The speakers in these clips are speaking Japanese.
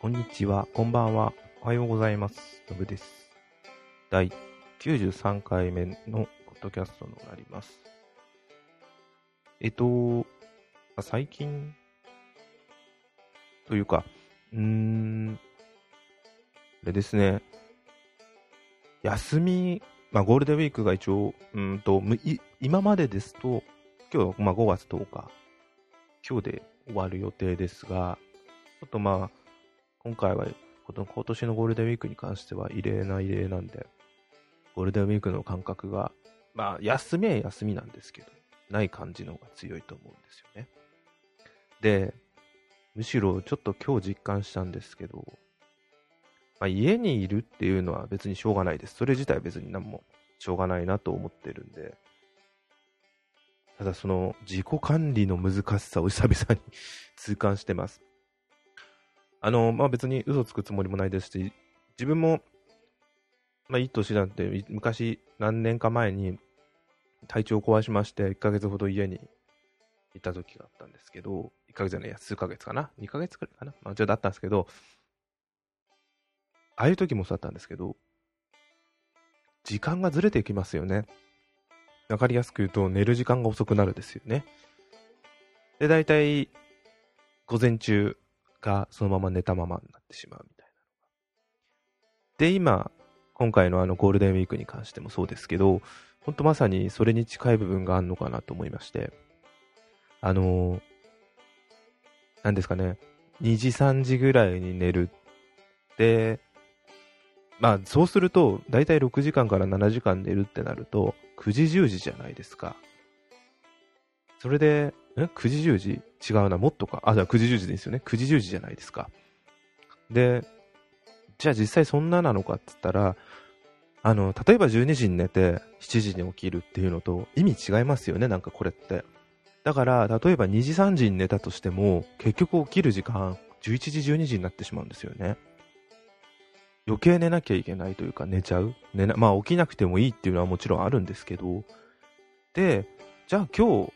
こんにちは、こんばんは、おはようございます。のぶです。第93回目のポッドキャストになります。最近というか、あれですね、休み、ゴールデンウィークが一応、今までですと、今日、5月10日、今日で終わる予定ですが、ちょっと今回は今年のゴールデンウィークに関しては異例なんで、ゴールデンウィークの感覚が、休みは休みなんですけど、ない感じの方が強いと思うんですよね。で、むしろちょっと今日実感したんですけど、家にいるっていうのは別にしょうがないです。それ自体は別に何もしょうがないなと思ってるんで、ただその自己管理の難しさを久々に痛感してます。別に嘘つくつもりもないですし、自分もいい年なんて、昔何年か前に体調を壊しまして、1ヶ月ほど家にいた時があったんですけど、1ヶ月じゃないや、数ヶ月かな ?2 ヶ月くらいかなちょっとあったんですけど、ああいう時もそうだったんですけど、時間がずれていきますよね。わかりやすく言うと、寝る時間が遅くなるですよね。で、大体、午前中がそのまま寝たままになってしまうみたいな。で、今回のゴールデンウィークに関してもそうですけど、本当まさにそれに近い部分があるのかなと思いまして、何ですかね、2時3時ぐらいに寝るって、そうすると、だいたい6時間から7時間寝るってなると、9時10時じゃないですか。それで、9時10時違うな、もっとか。じゃあ9時10時ですよね。9時10時じゃないですか。で、じゃあ実際そんななのかって言ったら、例えば12時に寝て7時に起きるっていうのと意味違いますよね、なんかこれって。だから、例えば2時3時に寝たとしても、結局起きる時間、11時12時になってしまうんですよね。余計寝なきゃいけないというか、寝ちゃう。起きなくてもいいっていうのはもちろんあるんですけど、で、じゃあ今日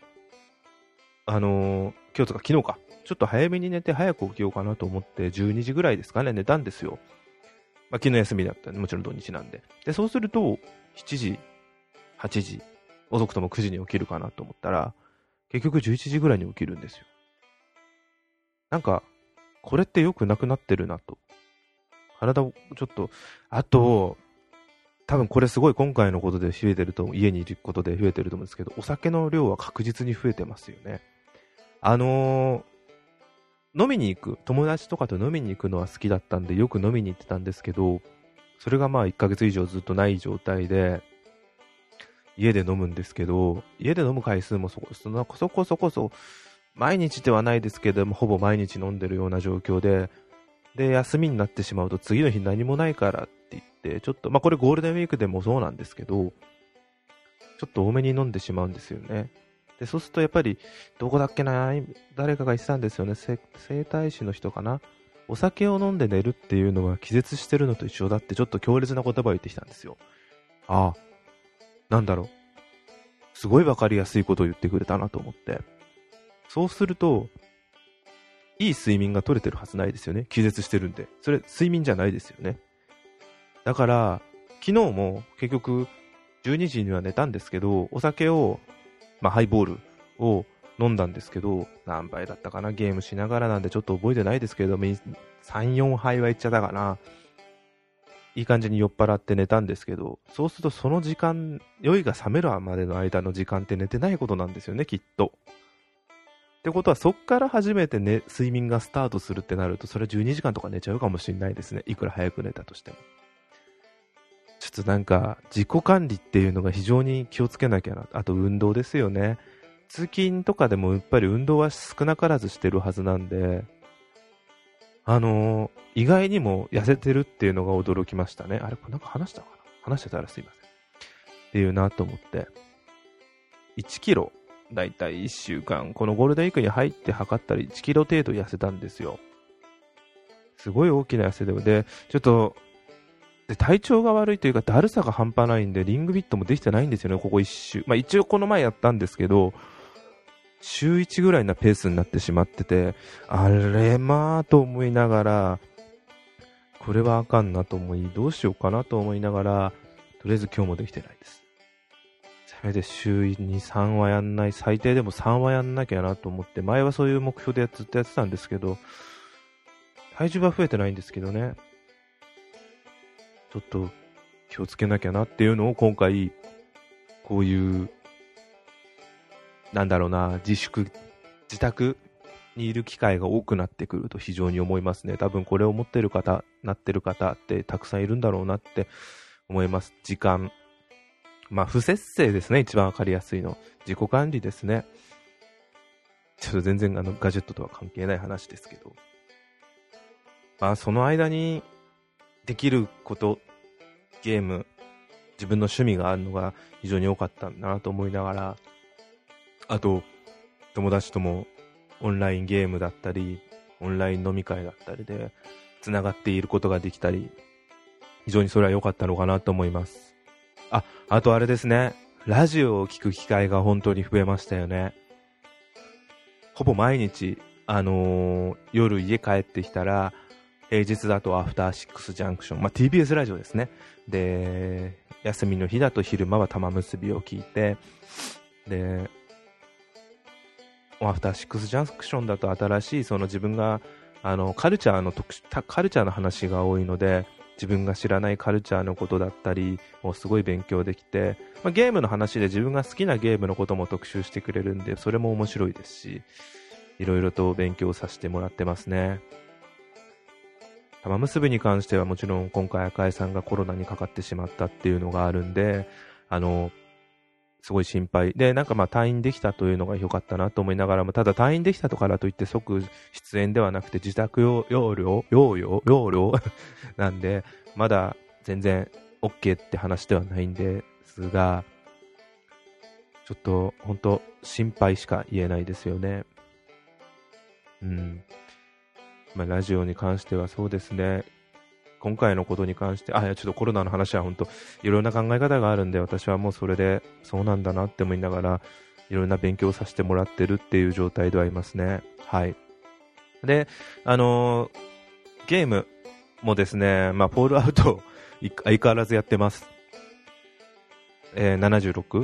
とか昨日か、ちょっと早めに寝て早く起きようかなと思って12時ぐらいですかね、寝たんですよ。昨日休みだったんで、もちろん土日なんで。で、そうすると、7時、8時、遅くとも9時に起きるかなと思ったら、結局11時ぐらいに起きるんですよ。なんか、これって良くなくなってるなと。体をちょっと、あと、多分これすごい今回のことで増えてると、家にいることで増えてると思うんですけど、お酒の量は確実に増えてますよね。飲みに行く、友達とかと飲みに行くのは好きだったんで、よく飲みに行ってたんですけど、それが1ヶ月以上ずっとない状態で、家で飲むんですけど、家で飲む回数もそこそ、毎日ではないですけども、ほぼ毎日飲んでるような状況で、で、休みになってしまうと次の日何もないからって言って、ちょっと、これゴールデンウィークでもそうなんですけど、ちょっと多めに飲んでしまうんですよね。で、そうするとやっぱり、どこだっけな、誰かが言ってたんですよね。整体師の人かな。お酒を飲んで寝るっていうのは気絶してるのと一緒だってちょっと強烈な言葉を言ってきたんですよ。なんだろう。すごいわかりやすいことを言ってくれたなと思って。そうすると、いい睡眠が取れてるはずないですよね。気絶してるんで。それ、睡眠じゃないですよね。だから、昨日も結局、12時には寝たんですけど、お酒を、ハイボールを飲んだんですけど、何杯だったかな、ゲームしながらなんでちょっと覚えてないですけど、3、4杯はいっちゃったかな。いい感じに酔っ払って寝たんですけど、そうするとその時間、酔いが覚めるまでの間の時間って寝てないことなんですよね、きっと。ってことは、そっから初めて、睡眠がスタートするってなると、それ12時間とか寝ちゃうかもしれないですね。いくら早く寝たとしても。ちょっとなんか、自己管理っていうのが非常に気をつけなきゃな。あと運動ですよね。通勤とかでもやっぱり運動は少なからずしてるはずなんで、意外にも痩せてるっていうのが驚きましたね。あれ、これなんか話したかな、話してたらすいません。っていうなと思って。1キロ、だいたい1週間、このゴールデンウィークに入って測ったら1キロ程度痩せたんですよ。すごい大きな痩せで、ちょっと、体調が悪いというか、だるさが半端ないんで、リングフィットもできてないんですよね、ここ1週。一応この前やったんですけど、週1ぐらいなペースになってしまってて、あれと思いながら、 これはあかんなと思い、どうしようかなと思いながら、とりあえず今日もできてないです。せめて週2、3はやんない、最低でも3はやんなきゃなと思って、前はそういう目標でずっとやってたんですけど、体重は増えてないんですけどね、ちょっと気をつけなきゃなっていうのを今回、こういう、なんだろうな、自宅にいる機会が多くなってくると非常に思いますね。多分これを持ってる方、なってる方ってたくさんいるんだろうなって思います。時間。不節制ですね、一番わかりやすいの。自己管理ですね。ちょっと全然ガジェットとは関係ない話ですけど。その間にできること、ゲーム、自分の趣味があるのが非常に多かったんだなと思いながら、あと、友達ともオンラインゲームだったり、オンライン飲み会だったりで、つながっていることができたり、非常にそれは良かったのかなと思います。あとあれですね、ラジオを聞く機会が本当に増えましたよね。ほぼ毎日、夜家帰ってきたら、平日だとアフターシックスジャンクション、TBS ラジオですね。で、休みの日だと昼間は玉結びを聞いて、で、アフターシックスジャンクションだと新しいその自分がカルチャーの話が多いので、自分が知らないカルチャーのことだったりをすごい勉強できて、ゲームの話で自分が好きなゲームのことも特集してくれるんで、それも面白いですし、いろいろと勉強させてもらってますね。玉結びに関してはもちろん今回赤井さんがコロナにかかってしまったっていうのがあるんで、すごい心配で、退院できたというのが良かったなと思いながらも、ただ退院できたとからといって即出演ではなくて自宅療養なんで、まだ全然 OK って話ではないんですが、ちょっと本当心配しか言えないですよね。ラジオに関してはそうですね。今回のことに関して、ちょっとコロナの話は本当いろんな考え方があるんで、私はもうそれでそうなんだなって思いながら、いろんな勉強をさせてもらってるっていう状態ではいますね。はい。で、ゲームもですね、フォールアウト相変わらずやってます。76?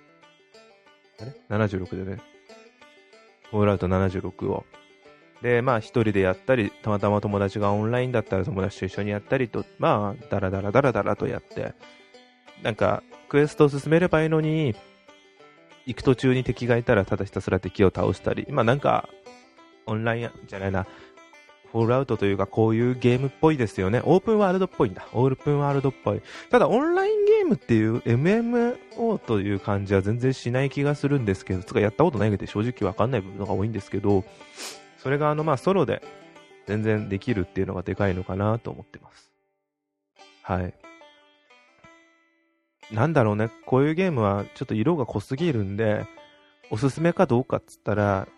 76でね。フォールアウト76を。で、一人でやったり、たまたま友達がオンラインだったら友達と一緒にやったりと、ダラダラとやって、クエストを進めればいいのに、行く途中に敵がいたらただひたすら敵を倒したり、オンラインじゃないな、フォールアウトというかこういうゲームっぽいですよね。オープンワールドっぽいんだ。オープンワールドっぽい。ただオンラインゲームっていう MMO という感じは全然しない気がするんですけど、つかやったことないけど正直わかんない部分が多いんですけど、それがソロで全然できるっていうのがでかいのかなと思ってます。はい。なんだろうね、こういうゲームはちょっと色が濃すぎるんで、おすすめかどうかっつったら、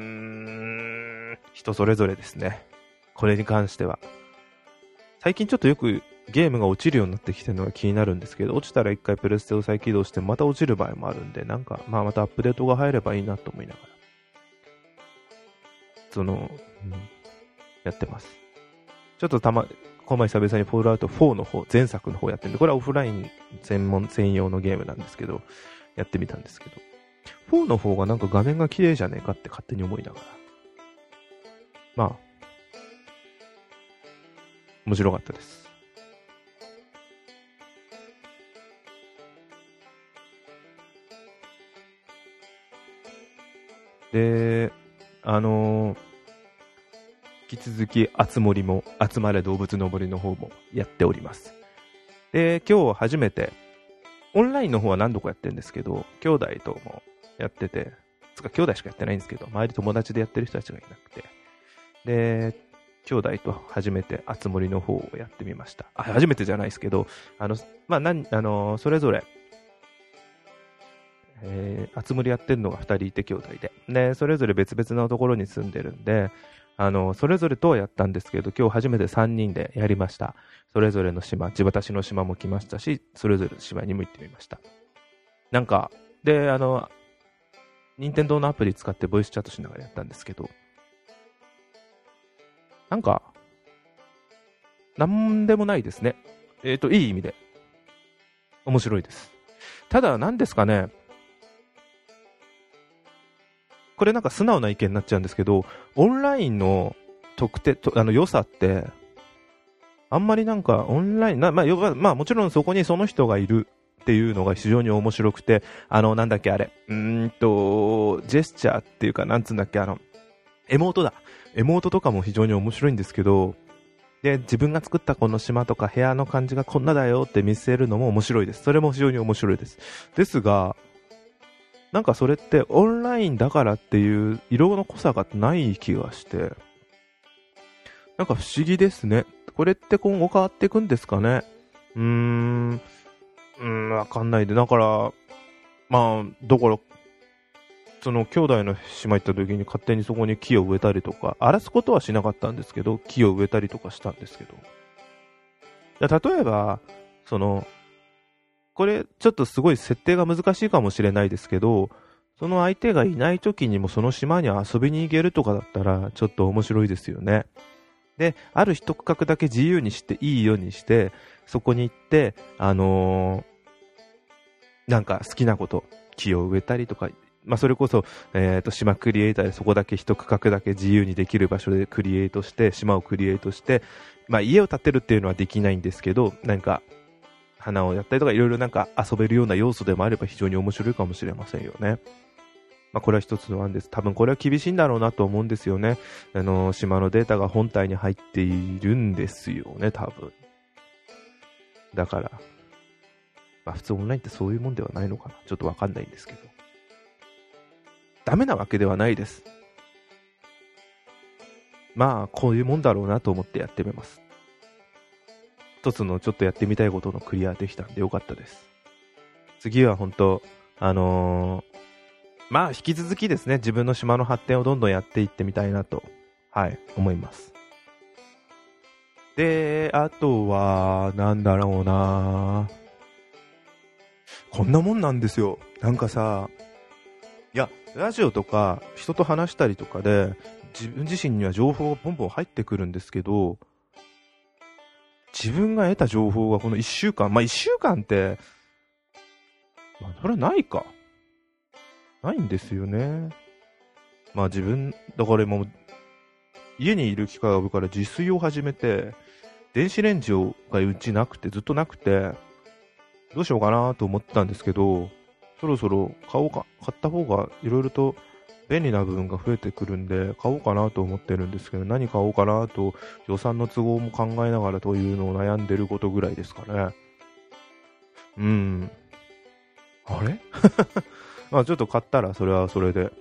人それぞれですね。これに関しては。最近ちょっとよくゲームが落ちるようになってきてるのが気になるんですけど、落ちたら一回プレステを再起動してまた落ちる場合もあるんで、またアップデートが入ればいいなと思いながら。やってます。ちょっとこの前久々にフォールアウト4の方、前作の方やってるんで、これはオフライン専用のゲームなんですけど、やってみたんですけど、4の方が画面が綺麗じゃねえかって勝手に思いながら。面白かったです。で、引き続き、集まれ動物の森の方もやっております。で、今日初めて、オンラインの方は何度かやってるんですけど、兄弟ともやってて、兄弟しかやってないんですけど、周り友達でやってる人たちがいなくて、で、兄弟と初めてあつ森の方をやってみました。初めてじゃないですけど、それぞれ、あつ森やってるのが2人いて兄弟で、それぞれ別々のところに住んでるんで、それぞれとはやったんですけど、今日初めて3人でやりました。それぞれの島、私の島も来ましたし、それぞれの島にも行ってみました。で、任天堂のアプリ使ってボイスチャットしながらやったんですけど、 なんでもないですね。いい意味で。面白いです。ただ、何ですかね。これなんか素直な意見になっちゃうんですけど、オンラインの良さって、あんまりなんかオンラインもちろんそこにその人がいるっていうのが非常に面白くて、なんだっけあれ、ジェスチャーっていうか、なんつうんだっけ、エモートだ。エモートとかも非常に面白いんですけど、で、自分が作ったこの島とか部屋の感じがこんなだよって見せるのも面白いです。それも非常に面白いです。ですが、なんかそれってオンラインだからっていう色の濃さがない気がして、なんか不思議ですね。これって今後変わっていくんですかね。わかんないで。だから、その兄弟の島行った時に勝手にそこに木を植えたりとか、荒らすことはしなかったんですけど、木を植えたりとかしたんですけど。例えば、これちょっとすごい設定が難しいかもしれないですけど、その相手がいない時にもその島に遊びに行けるとかだったら、ちょっと面白いですよね。で、ある一区画だけ自由にしていいようにして、そこに行って、なんか好きなこと、木を植えたりとか、それこそ、島クリエイターでそこだけ一区画だけ自由にできる場所でクリエイトして、島をクリエイトして、家を建てるっていうのはできないんですけど、なんか、花をやったりとかいろいろなんか遊べるような要素でもあれば非常に面白いかもしれませんよね。これは一つの案です。多分これは厳しいんだろうなと思うんですよね。島のデータが本体に入っているんですよね、多分。だから、普通オンラインってそういうもんではないのかな。ちょっとわかんないんですけど。ダメなわけではないです。こういうもんだろうなと思ってやってみます。一つのちょっとやってみたいことのクリアできたんでよかったです。次は本当引き続きですね、自分の島の発展をどんどんやっていってみたいなと、思います。で、あとは、なんだろうな、こんなもんなんですよ。なんかさ、いや、ラジオとか人と話したりとかで、自分自身には情報がポンポン入ってくるんですけど、自分が得た情報がこの1週間、1週間って、それはないか。ないんですよね。自分、だから今、家にいる機会が多いから自炊を始めて、電子レンジがうちなくて、ずっとなくて、どうしようかなと思ってたんですけど、そろそろ買った方がいろいろと便利な部分が増えてくるんで、買おうかなと思ってるんですけど、何買おうかなと予算の都合も考えながらというのを悩んでることぐらいですかね。あれちょっと買ったらそれはそれで。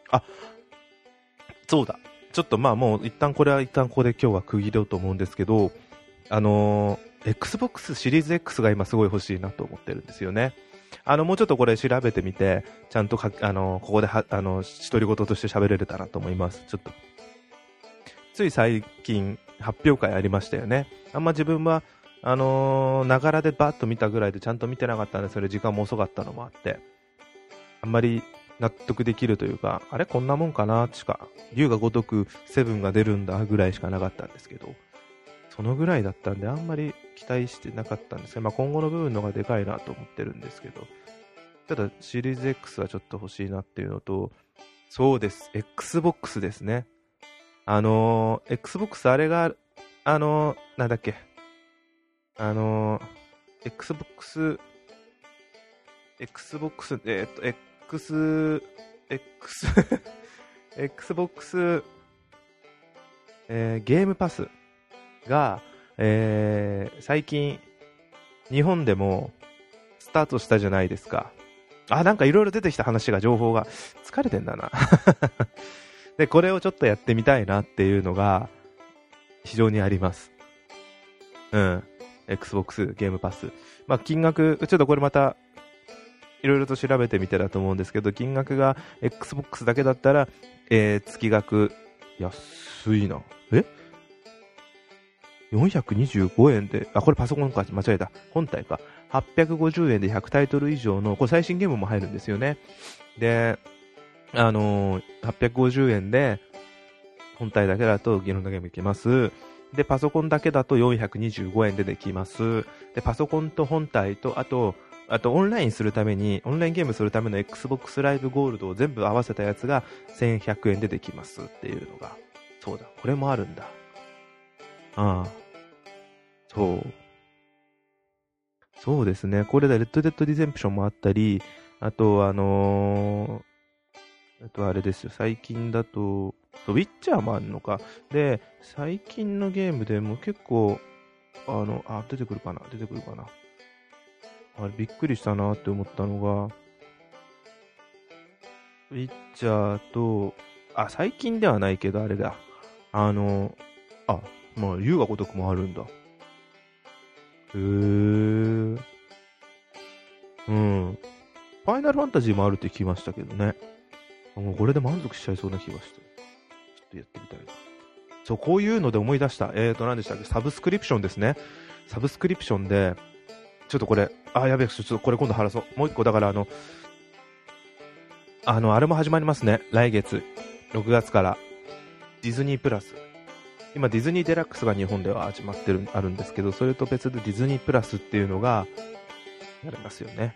そうだ。ちょっともう一旦ここで今日は区切ろうと思うんですけど、Xbox シリーズ X が今すごい欲しいなと思ってるんですよね。もうちょっとこれ調べてみて、ちゃんとここで独り言として喋れれたらと思います。ちょっと。つい最近発表会ありましたよね。あんま自分は、ながらでバーッと見たぐらいでちゃんと見てなかったんで、それ時間も遅かったのもあって、あんまり納得できるというか、あれこんなもんかなしか、竜が如くセブンが出るんだぐらいしかなかったんですけど、そのぐらいだったんであんまり期待してなかったんですけど、今後の部分のがでかいなと思ってるんですけど、ただシリーズ X はちょっと欲しいなっていうのと、そうです、Xbox ですね。Xbox あれが、なんだっけ、Xbox、Xbox、ゲームパスが、最近日本でもスタートしたじゃないですか。なんかいろいろ出てきた話が、情報が疲れてんだなでこれをちょっとやってみたいなっていうのが非常にあります。Xbox ゲームパス、金額ちょっとこれまたいろいろと調べてみてだと思うんですけど、金額が Xbox だけだったら、月額安いな。425円で、これパソコンか、間違えた。本体か。850円で100タイトル以上の、これ最新ゲームも入るんですよね。で、850円で、本体だけだといろんなゲームいけます。 で、パソコンだけだと425円でできます。で、パソコンと本体と、あとオンラインゲームするための Xbox Live Gold を全部合わせたやつが1100円でできますっていうのが。そうだ、これもあるんだ。ああ。そうですね。これでレッドデッドリデンプションもあったり、あとあれですよ、最近だと、ウィッチャーもあるのか。で、最近のゲームでも結構、出てくるかな。あれ、びっくりしたなって思ったのが、ウィッチャーと、最近ではないけど、あれだ。まあ、竜が如くもあるんだ。うん。ファイナルファンタジーもあるって聞きましたけどね。もうこれで満足しちゃいそうな気がして。ちょっとやってみたい。そう、こういうので思い出した。何でしたっけ？サブスクリプションですね。サブスクリプションで、ちょっとこれ、やべえ、ちょっとこれ今度話そう。もう一個、だからあれも始まりますね。来月、6月から、ディズニープラス。今、ディズニーデラックスが日本では始まってあるんですけど、それと別でディズニープラスっていうのが、やりますよね。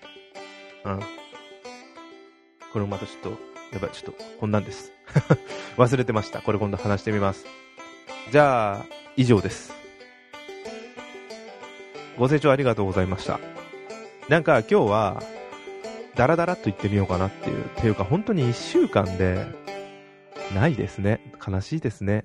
これもまたちょっと、やばい、ちょっと、こんなんです。忘れてました。これ今度話してみます。じゃあ、以上です。ご清聴ありがとうございました。なんか今日は、ダラダラっと言ってみようかなっていうか、本当に1週間で、ないですね。悲しいですね。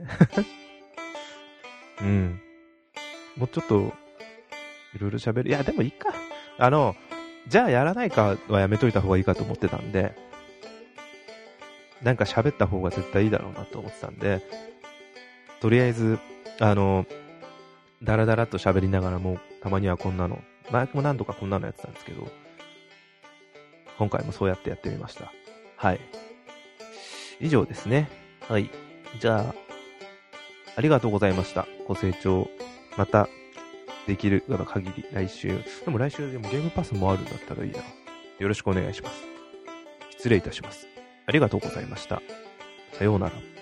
もうちょっと、いろいろ喋る。いや、でもいいか。じゃあやらないかはやめといた方がいいかと思ってたんで、なんか喋った方が絶対いいだろうなと思ってたんで、とりあえず、ダラダラっと喋りながらも、たまにはこんなの、前も何度かこんなのやってたんですけど、今回もそうやってやってみました。はい。以上ですね。はい。じゃあ、ありがとうございました。ご清聴。また、できる限り、来週。でも来週でもゲームパスもあるんだったらいいな。よろしくお願いします。失礼いたします。ありがとうございました。さようなら。